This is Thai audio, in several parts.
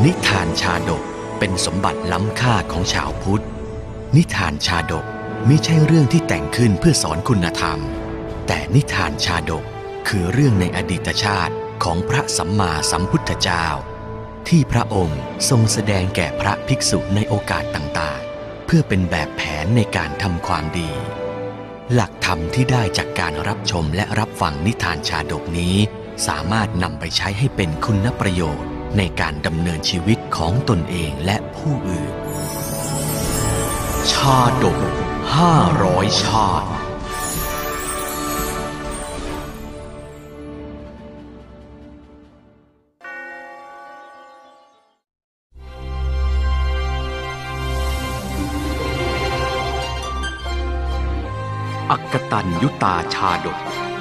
นิทานชาดกเป็นสมบัติล้ำค่าของชาวพุทธนิทานชาดกไม่ใช่เรื่องที่แต่งขึ้นเพื่อสอนคุณธรรมแต่นิทานชาดกคือเรื่องในอดีตชาติของพระสัมมาสัมพุทธเจ้าที่พระองค์ทรงแสดงแก่พระภิกษุในโอกาสต่างๆเพื่อเป็นแบบแผนในการทำความดีหลักธรรมที่ได้จากการรับชมและรับฟังนิทานชาดกนี้สามารถนำไปใช้ให้เป็นคุณประโยชน์ในการดำเนินชีวิตของตนเองและผู้อื่นชาดก500 ชาติอักตัญญูตาชาดก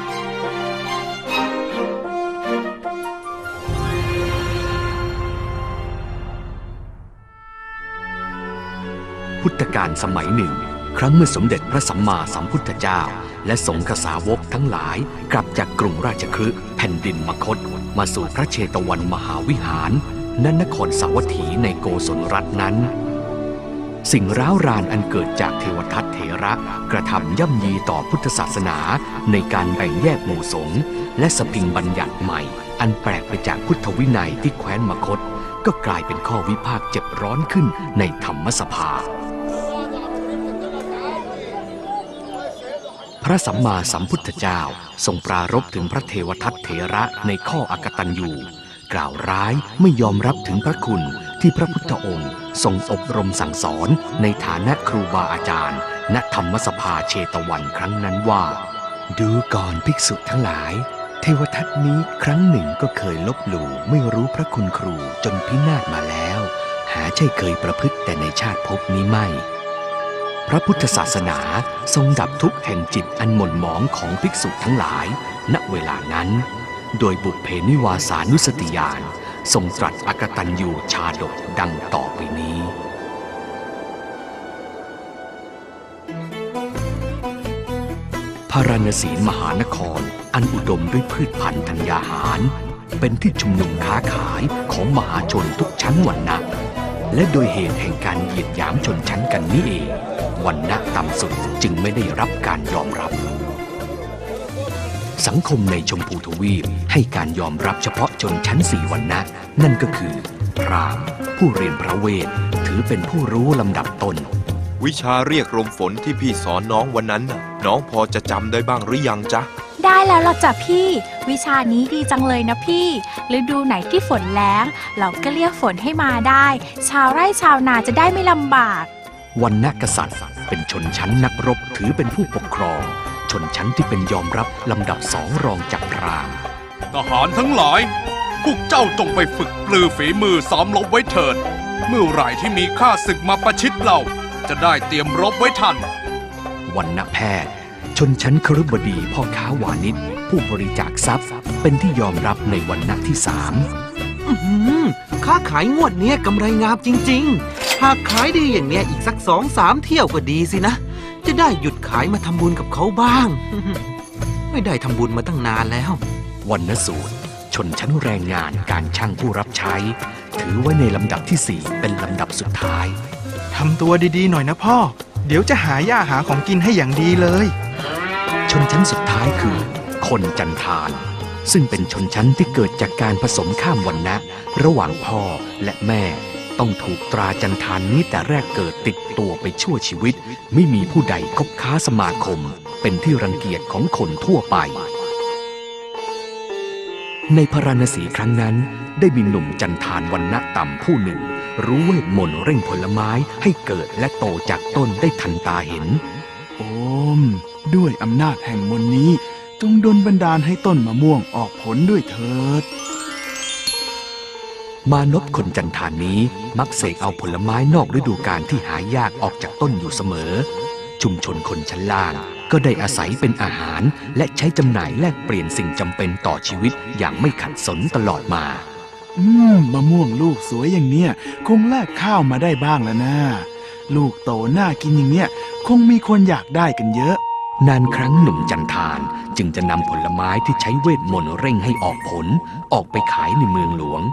พุทธกาลสมัยหนึ่งครั้งเมื่อสมเด็จพระสัมมาสัมพุทธเจ้าและสงฆ์สาวกทั้งหลายกลับจากกรุงราชคฤห์แผ่นดินมคธมาสู่พระเชตวันมหาวิหารณนครสาวัตถีในโกศลรัฐนั้นสิ่งร้าวรานอันเกิดจากเทวทัตเถระกระทำย่ำยีต่อพุทธศาสนาในการแบ่งแยกหมู่สงฆ์และสพิงบัญญัติใหม่อันแปลกไปจากพุทธวินัยที่แคว้นมคธก็กลายเป็นข้อวิพากษ์เจ็บร้อนขึ้นในธรรมสภาพระสัมมาสัมพุทธเจ้าทรงปรารภถึงพระเทวทัตเถระในข้ออกตัญญูกล่าวร้ายไม่ยอมรับถึงพระคุณที่พระพุทธองค์ทรงอบรมสั่งสอนในฐานะครูบาอาจารย์ณธรรมสภาเชตวันครั้งนั้นว่าดูก่อนภิกษุทั้งหลายเทวทัตนี้ครั้งหนึ่งก็เคยลบหลู่ไม่รู้พระคุณครูจนพินาศมาแล้วหาใช่เคยประพฤติแต่ในชาติภพนี้ไม่พระพุทธศาสนาทรงดับทุกข์แห่งจิตอันหม่นหมองของภิกษุทั้งหลายณเวลานั้นโดยบุพเพนิวาสานุสติญาณทรงตรัสอกตัญญูชาดกดังต่อไปนี้พาราณสีมหานครอันอุดมด้วยพืชพันธุ์ธัญญาหารเป็นที่ชุมนุมค้าขายของมหาชนทุกชั้นวรรณะและโดยเหตุแห่งการเหยียดหยามชนชั้นกันนี้เองวรรณะต่ำสุดจึงไม่ได้รับการยอมรับสังคมในชมพูทวีปให้การยอมรับเฉพาะชนชั้น4วรรณะนั่นก็คือพราหมณ์ผู้เรียนพระเวทถือเป็นผู้รู้ลำดับต้นวิชาเรียกลมฝนที่พี่สอนน้องวันนั้นน้องพอจะจำได้บ้างหรือยังจ๊ะได้แล้วล่ะจ้ะพี่วิชานี้ดีจังเลยนะพี่ฤดูไหนที่ฝนแล้งเราก็เรียกฝนให้มาได้ชาวไร่ชาวนาจะได้ไม่ลำบากวรรณกษัตริย์เป็นชนชั้นนักรบถือเป็นผู้ปกครองชนชั้นที่เป็นยอมรับลำดับ2รองจากพราหมณ์ทหารทั้งหลายพวกเจ้าจงไปฝึกปลือฝีมือซ้อมรบไว้เถิดเมื่อไหร่ที่มีข้าศึกมาประชิดเราจะได้เตรียมรบไว้ทันวรรณแพทย์ชนชั้นคฤบดีพ่อค้าวานิชผู้บริจาคทรัพย์เป็นที่ยอมรับในวรรณะที่3 ค้าขายงวดนี้กำไรงามจริงๆหากขายดีอย่างเนี้ยอีกสัก 2-3 เที่ยวก็ดีสินะจะได้หยุดขายมาทำบุญกับเขาบ้าง ไม่ได้ทำบุญมาตั้งนานแล้ววรรณสูตรชนชั้นแรงงานการช่างผู้รับใช้ถือไว้ในลำดับที่4เป็นลำดับสุดท้ายทำตัวดีๆหน่อยนะพ่อเดี๋ยวจะหาหญ้าหาของกินให้อย่างดีเลยชนชั้นสุดท้ายคือคนจันทานซึ่งเป็นชนชั้นที่เกิดจากการผสมข้ามวรรณะระหว่างพ่อและแม่ต้องถูกตราจันทานนี้แต่แรกเกิดติดตัวไปชั่วชีวิตไม่มีผู้ใดคบค้าสมาคมเป็นที่รังเกียจของคนทั่วไปในพาราณสีครั้งนั้นได้มีหนุ่มจันทานวรรณะต่ำผู้หนึ่งรู้เวทมนต์เร่งผลไม้ให้เกิดและโตจากต้นได้ทันตาเห็นโอมด้วยอำนาจแห่งมนต์นี้จงดลบันดาลให้ต้นมะม่วงออกผลด้วยเถิดมานพคนจันทานนี้มักเสกเอาผลไม้นอกฤดูกาลที่หายากออกจากต้นอยู่เสมอชุมชนคนชั้นล่างก็ได้อาศัยเป็นอาหารและใช้จำหน่ายแลกเปลี่ยนสิ่งจำเป็นต่อชีวิตอย่างไม่ขัดสนตลอดมามะม่วงลูกสวยอย่างเนี้ยคงแลกข้าวมาได้บ้างแล้วนะลูกโตน่ากินอย่างเนี้ยคงมีคนอยากได้กันเยอะนานครั้งหนุ่มจันทานจึงจะนำผลไม้ที่ใช้เวทมนต์เร่งให้ออกผลออกไปขายในเมืองหลวง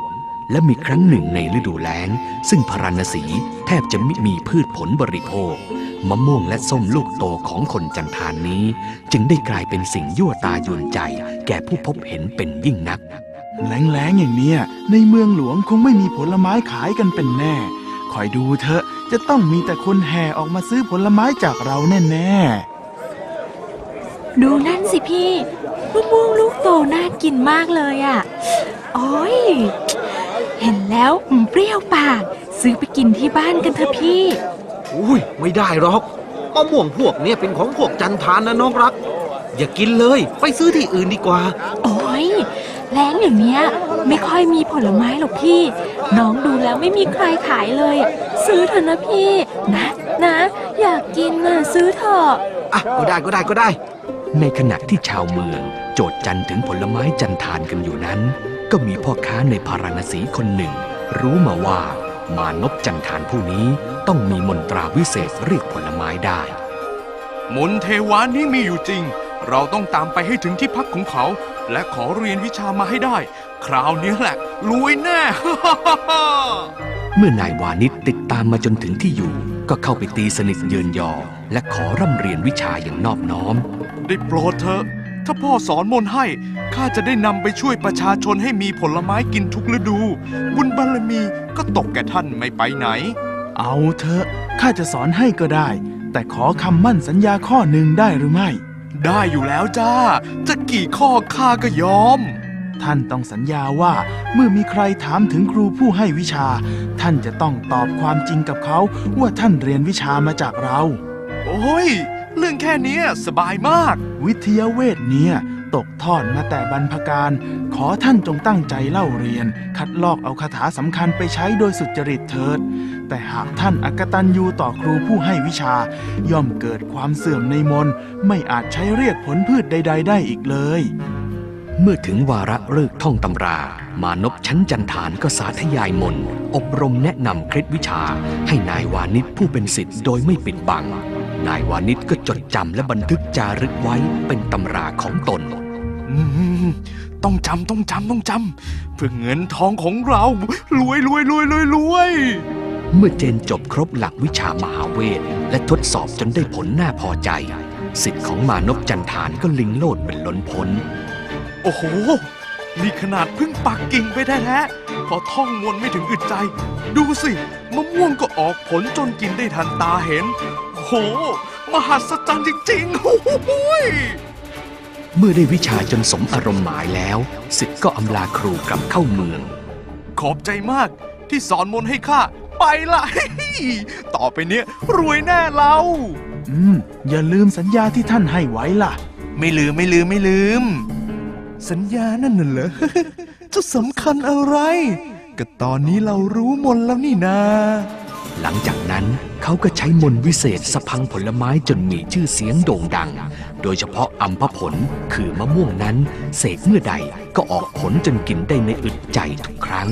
และมีครั้งหนึ่งในฤดูแล้งซึ่งพาราณสีแทบจะไม่มีพืชผลบริโภคมะม่วงและส้มลูกโตของคนจันทานนี้จึงได้กลายเป็นสิ่งยั่วตายวนใจแก่ผู้พบเห็นเป็นยิ่งนักแล้งๆอย่างเนี้ยในเมืองหลวงคงไม่มีผลไม้ขายกันเป็นแน่คอยดูเถอะจะต้องมีแต่คนแห่ออกมาซื้อผลไม้จากเราแน่ๆดูนั่นสิพี่มะม่วงลูกโตน่ากินมากเลยอ่ะโอ้ยเห็นแล้วเปรี้ยวปากซื้อไปกินที่บ้านกันเถอะพี่อุ้ยไม่ได้หรอกมะม่วงพวกเนี้ยเป็นของพวกจันทานนะน้องรักอย่ากินเลยไปซื้อที่อื่นดีกว่าโอ้ยแล้งอย่างเนี้ยไม่ค่อยมีผลไม้หรอกพี่น้องดูแล้วไม่มีใครขายเลยซื้อเถอะนะพี่นะอยากกินน่ะซื้อเถอะอ่ะก็ได้ในขณะที่ชาวเมืองโจษจันถึงผลไม้จันทานกันอยู่นั้นก็มีพ่อค้าในพาราณสีคนหนึ่งรู้มาว่ามานพจันทานผู้นี้ต้องมีมนตราวิเศษเรียกผลไม้ได้มนเทวานี้มีอยู่จริงเราต้องตามไปให้ถึงที่พักของเขาและขอเรียนวิชามาให้ได้คราวนี้แหละรวยแน่เมื่อนายวานิชติดตามมาจนถึงที่อยู่ก็เข้าไปตีสนิทเยินยอและขอร่ำเรียนวิชาอย่างนอบน้อมได้โปรดเถอะถ้าพ่อสอนมนต์ให้ข้าจะได้นำไปช่วยประชาชนให้มีผลไม้กินทุกฤดูบุญบารมีก็ตกแก่ท่านไม่ไปไหนเอาเถอะข้าจะสอนให้ก็ได้แต่ขอคำมั่นสัญญาข้อหนึ่งได้หรือไม่ได้อยู่แล้วจ้าจะกี่ข้อข้าก็ยอมท่านต้องสัญญาว่าเมื่อมีใครถามถึงครูผู้ให้วิชาท่านจะต้องตอบความจริงกับเขาว่าท่านเรียนวิชามาจากเราโอ้ยเรื่องแค่นี้สบายมากวิทยาเวทเนี่ยตกทอดมาแต่บรรพกาลขอท่านจงตั้งใจเล่าเรียนคัดลอกเอาคาถาสำคัญไปใช้โดยสุจริตเถิดแต่หากท่านอกตัญญูต่อครูผู้ให้วิชาย่อมเกิดความเสื่อมในมนต์ไม่อาจใช้เรียกผลพืชใดๆได้อีกเลยเมื่อถึงวาระฤกษ์ท่องตำรามานพชั้นจันทานก็สาธยายมนต์อบรมแนะนำเคล็ดวิชาให้นายวานิชผู้เป็นศิษย์โดยไม่ปิดบังนายวานิชก็จดจำและบันทึกจารึกไว้เป็นตำราของตนต้องจำเพื่อเงินทองของเรารวยเมื่อเจนจบครบหลักวิชามหาเวทและทดสอบจนได้ผลน่าพอใจศิษย์ของมานพจันทานก็ลิงโลดเป็นล้นพ้นโอ้โหนี่ขนาดเพิ่งปักกิ่งไปแท้ๆพอท่องมนต์ไม่ถึงอึดใจดูสิมะม่วงก็ออกผลจนกินได้ทันตาเห็นโหมหัศจรรย์จริงๆโอ้ยเมื่อได้วิชาจนสมอารมณ์หมายแล้วศิษย์ก็อำลาครูกลับเข้าเมืองขอบใจมากที่สอนมนต์ให้ข้าไปละต่อไปเนี้ยรวยแน่เราอย่าลืมสัญญาที่ท่านให้ไว้ล่ะไม่ลืมสัญญานั่นน่ะเหรอจะสำคัญอะไรก็ตอนนี้เรารู้มนต์แล้วนี่นาหลังจากนั้นเขาก็ใช้มนต์วิเศษสะพังผลไม้จนมีชื่อเสียงโด่งดังโดยเฉพาะอัมพผลคือมะม่วงนั้นเสกเมื่อใดก็ออกผลจนกินได้ในอึดใจทุกครั้ง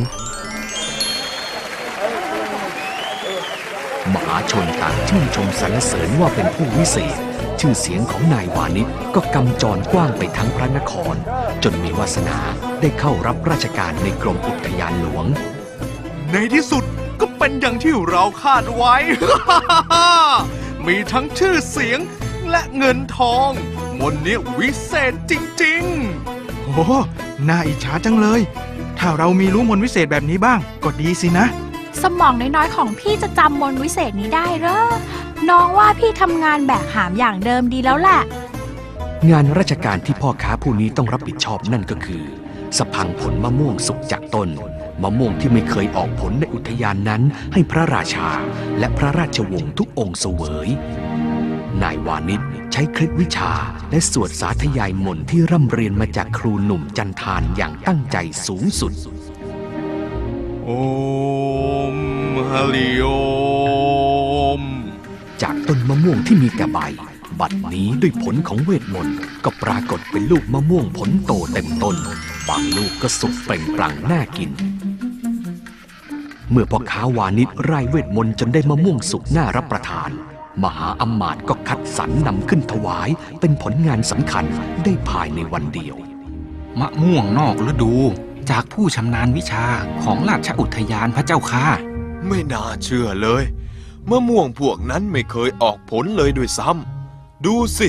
มหาชนต่างชื่นชมสรรเสริญว่าเป็นผู้วิเศษชื่อเสียงของนายวานิชก็กำจรกว้างไปทั้งพระนครจนมีวาสนาได้เข้ารับราชการในกรมอุทยานหลวงในที่สุดก็เป็นอย่างที่เราคาดไว้ มีทั้งชื่อเสียงและเงินทองมนต์นี้วิเศษจริงๆโอ้น่าอิจฉาจังเลยถ้าเรามีรู้มนต์วิเศษแบบนี้บ้างก็ดีสินะสมองน้อยๆของพี่จะจำมนต์วิเศษนี้ได้เหรอน้องว่าพี่ทำงานแบกหามอย่างเดิมดีแล้วแหละงานราชการที่พ่อค้าผู้นี้ต้องรับผิดชอบนั่นก็คือสะพังผลมะม่วงสุกจากต้นมะม่วงที่ไม่เคยออกผลในอุทยานนั้นให้พระราชาและพระราชวงศ์ทุกองค์เสวยนายวานิชใช้เคล็ดวิชาและสวดสาธยายมนต์ที่ร่ำเรียนมาจากครูหนุ่มจันทานอย่างตั้งใจสูงสุดโอมฮาริโอมจากต้นมะม่วงที่มีแต่ใบบัดนี้ด้วยผลของเวทมนต์ก็ปรากฏเป็นลูกมะม่วงผลโตเต็มต้นบางลูกก็สุกเปล่งปลั่งน่ากินเมื่อพ่อค้าวานิชไร้เวทมนต์จนได้มะม่วงสุกน่ารับประทานมหาอมาตย์ก็คัดสรรนำขึ้นถวายเป็นผลงานสำคัญได้ภายในวันเดียวมะม่วงนอกฤดูจากผู้ชำนาญวิชาของราชอุทยานพระเจ้าค่ะไม่น่าเชื่อเลยมะม่วงพวกนั้นไม่เคยออกผลเลยด้วยซ้ำดูสิ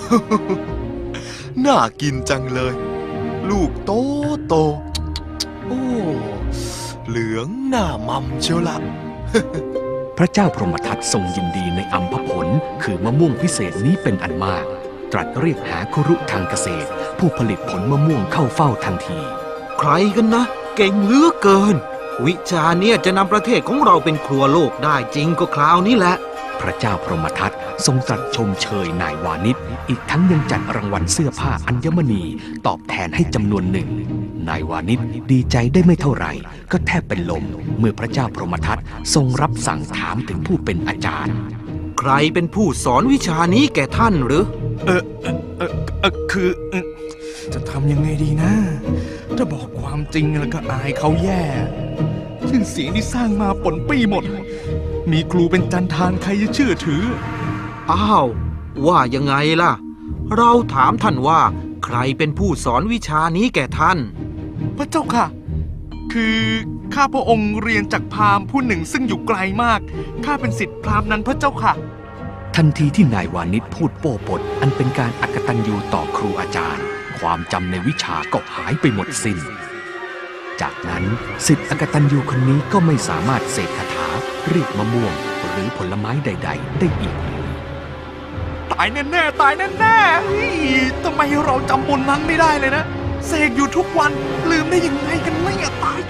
น่ากินจังเลย ลูกโตโตโอ้เหลืองหน้ามั่มเชียวละพระเจ้าพรหมทัตทรงยินดีในอัมพผลคือมะม่วงพิเศษนี้เป็นอันมาก ตรัสเรียกหาคุรุทางเกษตร ผู้ผลิตผลมะม่วงเข้าเฝ้าทันทีใครกันนะ เก่งเหลือเกิน วิชาเนี่ยจะนำประเทศของเราเป็นครัวโลกได้จริงก็คราวนี้แหละพระเจ้าพรหมทัตทรงตรัสชมเชยนายวานิชอีกทั้งยังจัดรางวัลเสื้อผ้าอัญมณีตอบแทนให้จำนวนหนึ่ง นายวานิชดีใจได้ไม่เท่าไหร่ก็แทบเป็นลมเมื่อพระเจ้าพรหมทัตทรงรับสั่งถามถึงผู้เป็นอาจารย์ใครเป็นผู้สอนวิชานี้แก่ท่านหรือคือจะทำยังไงดีนะ ถ้าบอกความจริงแล้วก็อายเขาแย่ชื่อเสียงที่สร้างมาปนปี้หมด มีครูเป็นจันทานใครจะเชื่อถืออ้าว ว่ายังไงล่ะ เราถามท่านว่า ใครเป็นผู้สอนวิชานี้แก่ท่านพระเจ้าค่ะ คือข้าพระองค์เรียนจากพราหมณ์ผู้หนึ่งซึ่งอยู่ไกลมากข้าเป็นศิษย์พราหมณ์นั้นพระเจ้าค่ะทันทีที่นายวานิชพูดโป้ปดอันเป็นการอกตัญญูต่อครูอาจารย์ ความจำในวิชาก็หายไปหมดสิ้น จากนั้นศิษย์อกตัญญูคนนี้ก็ไม่สามารถเสกคาถาเรียกมะม่วงหรือผลไม้ใดๆได้อีกเลยตายแน่ๆตายแน่ๆเฮ้ยทำไมเราจำบนนั้นไม่ได้เลยนะเสกอยู่ทุกวันลืมได้ยังไงกันเนี่ยตาย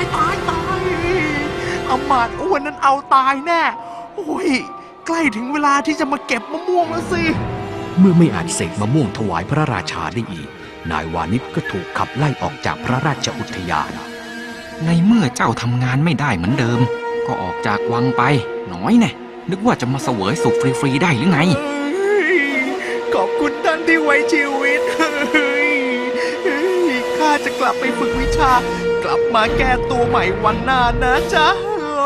อำมาตย์อ้วนนั้นเอาตายแน่โอ้ยใกล้ถึงเวลาที่จะมาเก็บมะม่วงแล้วสิเมื่อไม่อาจเสกมะม่วงถวายพระราชาได้อีก นายวานิชก็ถูกขับไล่ออกจากพระราชอุทยานในเมื่อเจ้าทำงานไม่ได้เหมือนเดิม ก็ออกจากวังไปน้อยแน่นึกว่าจะมาเสวยสุขฟรีๆได้หรือไงขอบคุณท่านที่ไว้ชีวิตข้าจะกลับไปฝึกวิชากลับมาแก้ตัวใหม่วันหน้านะจ๊ะ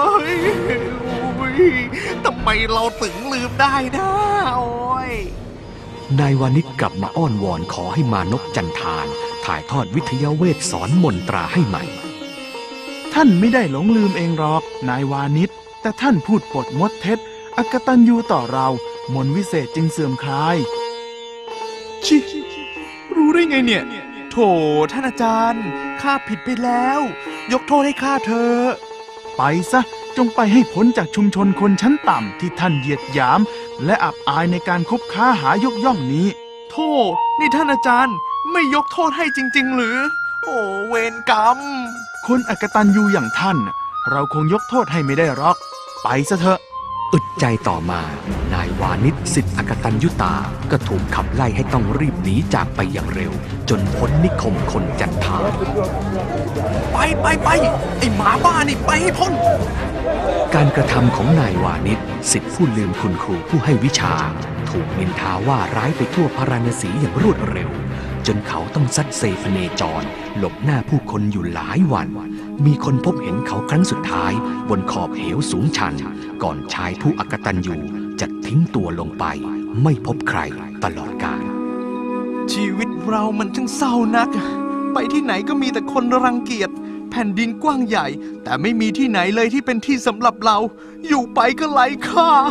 ทำไมเราถึงลืมได้นะโอ้ยนายวานิชกลับมาอ้อนวอนขอให้มานพจันทานถ่ายทอดวิทยาเวทสอนมนตราให้ใหม่ท่านไม่ได้หลงลืมเองหรอกนายวานิชแต่ท่านพูดปดมดเท็จอกตัญญูต่อเรามนต์วิเศษจึงเสื่อมคลายชิรู้ได้ไงเนี่ยโถท่านอาจารย์ข้าผิดไปแล้วยกโทษให้ข้าเถอะไปซะจงไปให้พ้นจากชุมชนคนชั้นต่ำที่ท่านเหยียดหยาม และอับอายในการคบค้าหายกย่องนี้โธ่นี่ท่านอาจารย์ไม่ยกโทษให้จริงๆหรือโอ้เวรกรรมคนอกตัญญูอย่างท่านเราคงยกโทษให้ไม่ได้หรอกไปซะเถอะอึดใจต่อมา นายวานิชศิษย์อกตัญญูตาก็ถูกขับไล่ให้ต้องรีบหนีจากไปอย่างเร็ว จนพ้นนิคมคนจันทานไปไอ้หมาบ้านี่ไปให้พ้นการกระทำของนายวานิชศิษย์ผู้ลืมคุณครูผู้ให้วิชา ถูกนินทาว่าร้ายไปทั่วพาราณสีอย่างรวดเร็ว จนเขาต้องซัดเซพเนจร หลบหน้าผู้คนอยู่หลายวัน มีคนพบเห็นเขาครั้งสุดท้ายบนขอบเหวสูงชัน ก่อนชายผู้อกตัญญูจะทิ้งตัวลงไป ไม่พบใครตลอดกาลชีวิตเรามันช่างเศร้านัก ไปที่ไหนก็มีแต่คนรังเกียจแผ่นดินกว้างใหญ่ แต่ไม่มีที่ไหนเลยที่เป็นที่สำหรับเรา อยู่ไปก็ไร้ค่า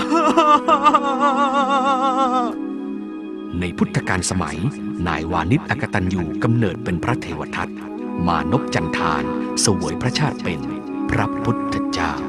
ในพุทธกาลสมัย นายวานิชอกตัญญูกำเนิดเป็นพระเทวทัต มานพจันทานเสวยพระชาติเป็นพระพุทธเจ้า